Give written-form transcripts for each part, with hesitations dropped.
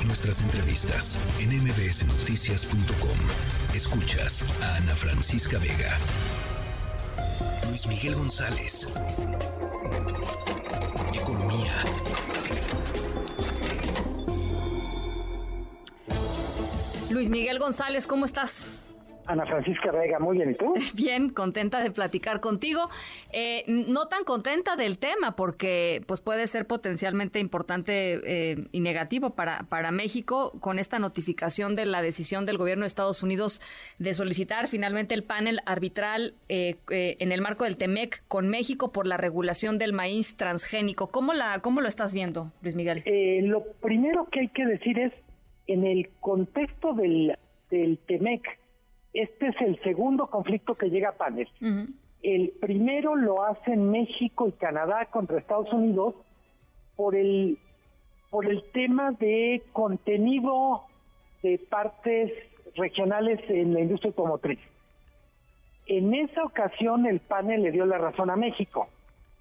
nuestras entrevistas en mbsnoticias.com. Escuchas a Ana Francisca Vega. Luis Miguel González. Economía. Luis Miguel González, ¿cómo estás? Ana Francisca Vega, muy bien, ¿y tú? Bien, contenta de platicar contigo. No tan contenta del tema porque pues puede ser potencialmente importante y negativo para México con esta notificación de la decisión del gobierno de Estados Unidos de solicitar finalmente el panel arbitral en el marco del TEMEC con México por la regulación del maíz transgénico. ¿Cómo lo estás viendo, Luis Miguel? Lo primero que hay que decir es, en el contexto del TEMEC, este es el segundo conflicto que llega a panel. Uh-huh. El primero lo hacen México y Canadá contra Estados Unidos por el tema de contenido de partes regionales en la industria automotriz. En esa ocasión el panel le dio la razón a México.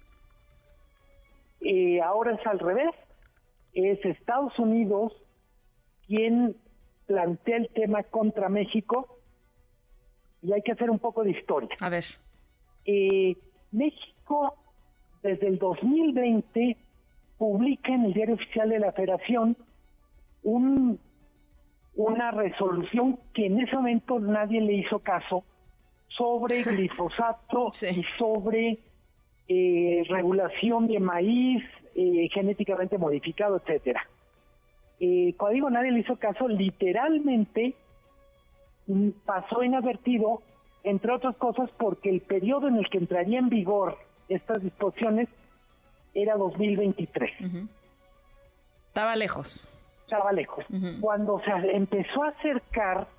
Ahora es al revés. Es Estados Unidos quien plantea el tema contra México. Y hay que hacer un poco de historia. A ver. México, desde el 2020, publica en el Diario Oficial de la Federación una resolución que en ese momento nadie le hizo caso sobre glifosato sí. Y sobre regulación de maíz genéticamente modificado, etcétera. Cuando digo nadie le hizo caso, literalmente pasó inadvertido, entre otras cosas porque el periodo en el que entraría en vigor estas disposiciones era 2023. Uh-huh. Estaba lejos. Uh-huh. Cuando se empezó a acercar,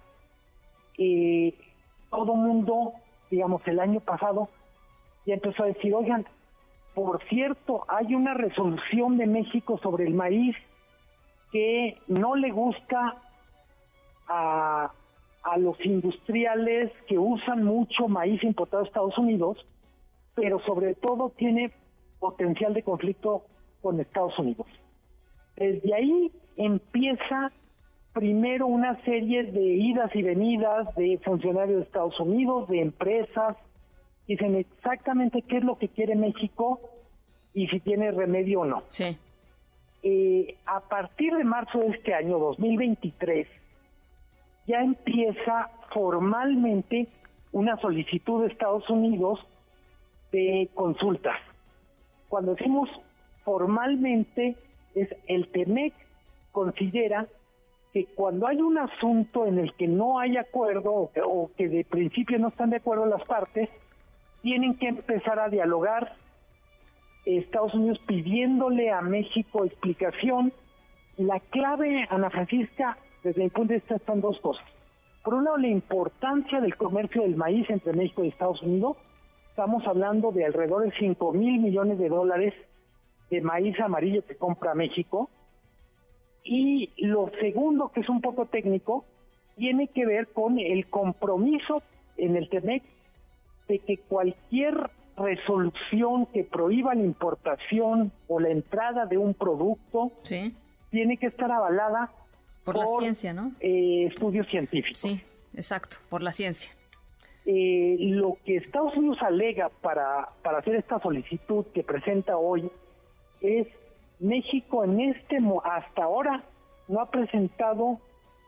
todo mundo, digamos, el año pasado, ya empezó a decir, oigan, por cierto, hay una resolución de México sobre el maíz que no le gusta a los industriales que usan mucho maíz importado de Estados Unidos, pero sobre todo tiene potencial de conflicto con Estados Unidos. Desde ahí empieza primero una serie de idas y venidas de funcionarios de Estados Unidos, de empresas, dicen exactamente qué es lo que quiere México y si tiene remedio o no. Sí. A partir de marzo de este año, 2023, ya empieza formalmente una solicitud de Estados Unidos de consultas. Cuando decimos formalmente, es el TEMEC considera que cuando hay un asunto en el que no hay acuerdo o que de principio no están de acuerdo las partes, tienen que empezar a dialogar. Estados Unidos pidiéndole a México explicación. La clave, Ana Francisca, desde mi punto de vista están dos cosas. Por un lado, la importancia del comercio del maíz entre México y Estados Unidos. Estamos hablando de alrededor de $5,000 millones de maíz amarillo que compra México. Y lo segundo, que es un poco técnico, tiene que ver con el compromiso en el TEMEC de que cualquier resolución que prohíba la importación o la entrada de un producto sí. Tiene que estar avalada por la ciencia, ¿no? Estudios científicos. Sí, exacto, por la ciencia. Lo que Estados Unidos alega para hacer esta solicitud que presenta hoy es México hasta ahora no ha presentado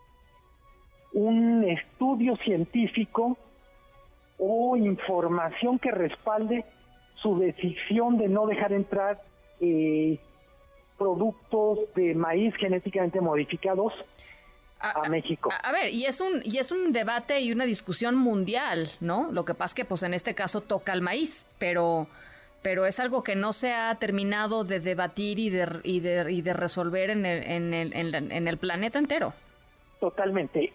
un estudio científico o información que respalde su decisión de no dejar entrar productos de maíz genéticamente modificados a México. A ver, y es un debate y una discusión mundial, ¿no? Lo que pasa es que pues en este caso toca el maíz, pero es algo que no se ha terminado de debatir y de resolver en el planeta entero. Totalmente.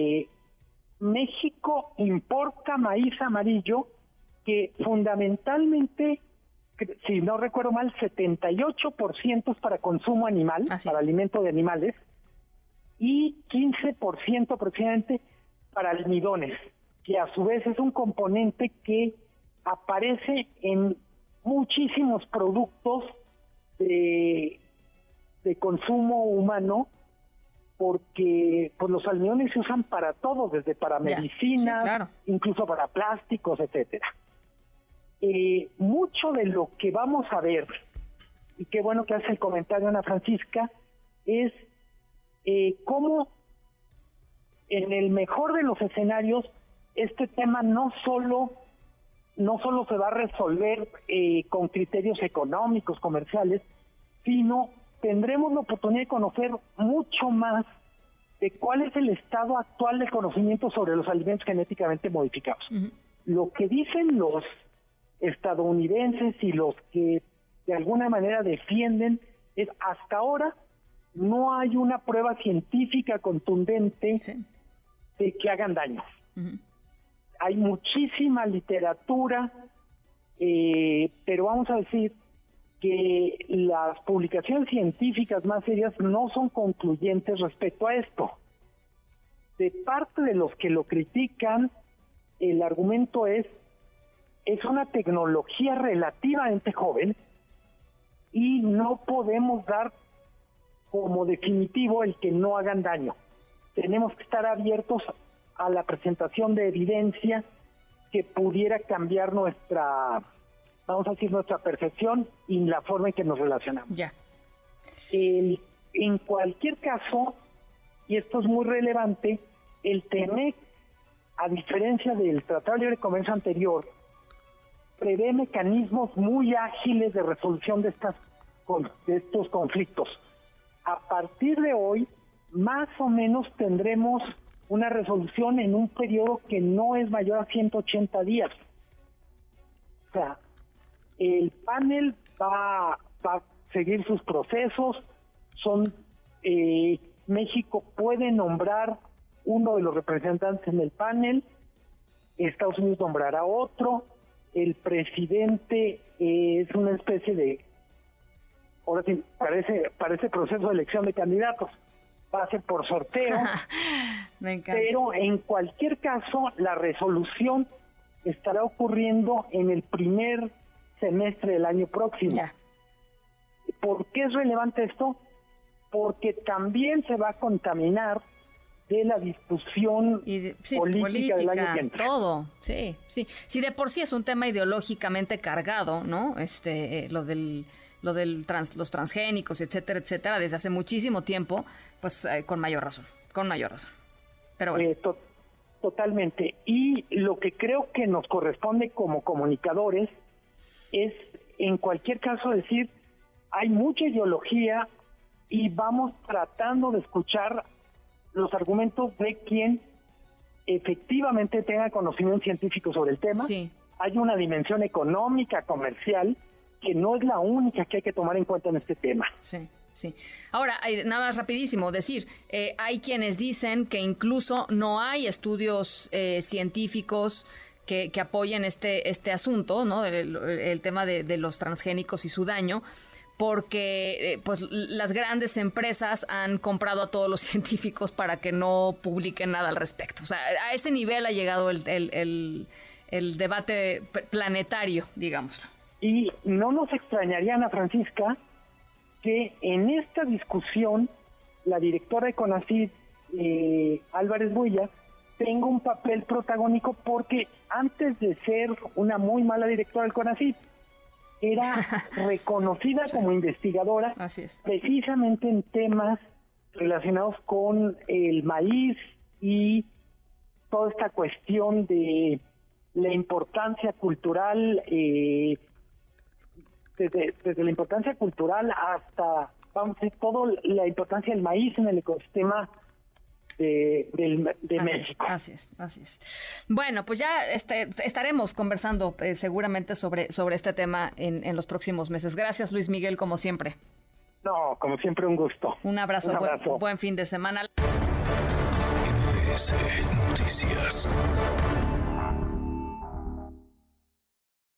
México importa maíz amarillo que fundamentalmente, si no recuerdo mal, 78% es para consumo animal, para alimento de animales, y 15% aproximadamente para almidones, que a su vez es un componente que aparece en muchísimos productos de consumo humano porque pues los almidones se usan para todo, desde para medicinas, sí, claro, incluso para plásticos, etcétera. Mucho de lo que vamos a ver, y qué bueno que hace el comentario Ana Francisca, es cómo en el mejor de los escenarios este tema no solo se va a resolver con criterios económicos, comerciales, sino tendremos la oportunidad de conocer mucho más de cuál es el estado actual del conocimiento sobre los alimentos genéticamente modificados. Uh-huh. Lo que dicen los estadounidenses y los que de alguna manera defienden es, hasta ahora no hay una prueba científica contundente de que hagan daño. Uh-huh. Hay muchísima literatura, pero vamos a decir que las publicaciones científicas más serias no son concluyentes respecto a esto. De parte de los que lo critican, el argumento es una tecnología relativamente joven y no podemos dar como definitivo el que no hagan daño. Tenemos que estar abiertos a la presentación de evidencia que pudiera cambiar nuestra percepción y la forma en que nos relacionamos. Ya. En cualquier caso, y esto es muy relevante, el TEMEC, a diferencia del Tratado de Libre Comercio anterior, prevé mecanismos muy ágiles de resolución de estos conflictos. A partir de hoy, más o menos tendremos una resolución en un periodo que no es mayor a 180 días. O sea, el panel va a seguir sus procesos. México puede nombrar uno de los representantes en el panel, Estados Unidos nombrará otro, el presidente es una especie de, ahora sí, parece proceso de elección de candidatos, va a ser por sorteo. Me encanta. Pero en cualquier caso, la resolución estará ocurriendo en el primer semestre del año próximo. Ya. ¿Por qué es relevante esto? Porque también se va a contaminar de la discusión política del año que entra. Todo, sí. Sí, de por sí es un tema ideológicamente cargado, ¿no? Los transgénicos, etcétera, desde hace muchísimo tiempo, pues con mayor razón. Pero bueno. Totalmente. Y lo que creo que nos corresponde como comunicadores es, en cualquier caso, decir, hay mucha ideología y vamos tratando de escuchar los argumentos de quien efectivamente tenga conocimiento científico sobre el tema. Sí. Hay una dimensión económica, comercial, que no es la única que hay que tomar en cuenta en este tema. Sí. Ahora, nada más rapidísimo, hay quienes dicen que incluso no hay estudios científicos que apoyen este asunto, ¿no? El tema de los transgénicos y su daño, porque pues las grandes empresas han comprado a todos los científicos para que no publiquen nada al respecto. O sea, a ese nivel ha llegado el debate planetario, digamos. Y no nos extrañaría, Ana Francisca, que en esta discusión la directora de CONACYT, Álvarez Builla, tenga un papel protagónico, porque antes de ser una muy mala directora del CONACYT, era reconocida como investigadora. Así es. Precisamente en temas relacionados con el maíz y toda esta cuestión de la importancia cultural, desde la importancia cultural hasta, vamos a decir, toda la importancia del maíz en el ecosistema de México. Así es. Bueno, pues ya estaremos conversando seguramente sobre este tema en los próximos meses. Gracias, Luis Miguel, como siempre. No, como siempre, un gusto. Un abrazo. Buen fin de semana. MBS Noticias.